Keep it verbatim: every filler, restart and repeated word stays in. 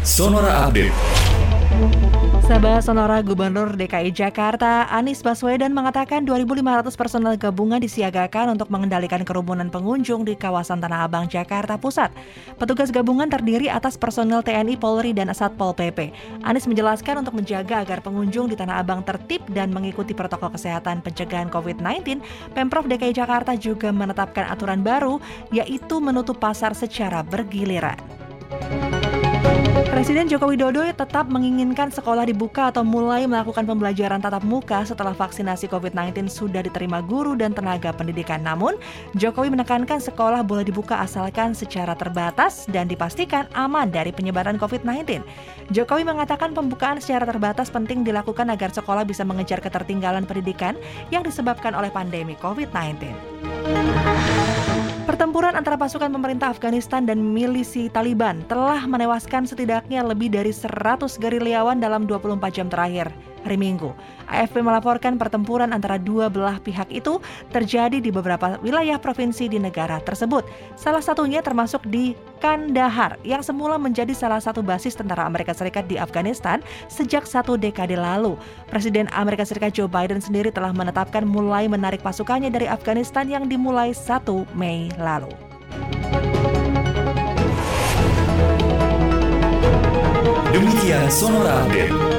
Sonora Update. Sahabat Sonora, Gubernur D K I Jakarta Anies Baswedan mengatakan dua ribu lima ratus personel gabungan disiagakan untuk mengendalikan kerumunan pengunjung di kawasan Tanah Abang, Jakarta Pusat. Petugas gabungan terdiri atas personel T N I, Polri, dan Satpol P P. Anies menjelaskan untuk menjaga agar pengunjung di Tanah Abang tertib dan mengikuti protokol kesehatan pencegahan covid sembilan belas, Pemprov D K I Jakarta juga menetapkan aturan baru, yaitu menutup pasar secara bergiliran. Presiden Joko Widodo tetap menginginkan sekolah dibuka atau mulai melakukan pembelajaran tatap muka setelah vaksinasi covid sembilan belas sudah diterima guru dan tenaga pendidikan. Namun, Jokowi menekankan sekolah boleh dibuka asalkan secara terbatas dan dipastikan aman dari penyebaran covid sembilan belas. Jokowi mengatakan pembukaan secara terbatas penting dilakukan agar sekolah bisa mengejar ketertinggalan pendidikan yang disebabkan oleh pandemi covid sembilan belas. Pertempuran antara pasukan pemerintah Afghanistan dan milisi Taliban telah menewaskan setidaknya lebih dari seratus gerilyawan dalam dua puluh empat jam terakhir hari Minggu. A F P melaporkan pertempuran antara dua belah pihak itu terjadi di beberapa wilayah provinsi di negara tersebut. Salah satunya termasuk di Kandahar yang semula menjadi salah satu basis tentara Amerika Serikat di Afghanistan sejak satu dekade lalu. Presiden Amerika Serikat Joe Biden sendiri telah menetapkan mulai menarik pasukannya dari Afghanistan yang dimulai satu Mei lalu. Demikian Sonora Update.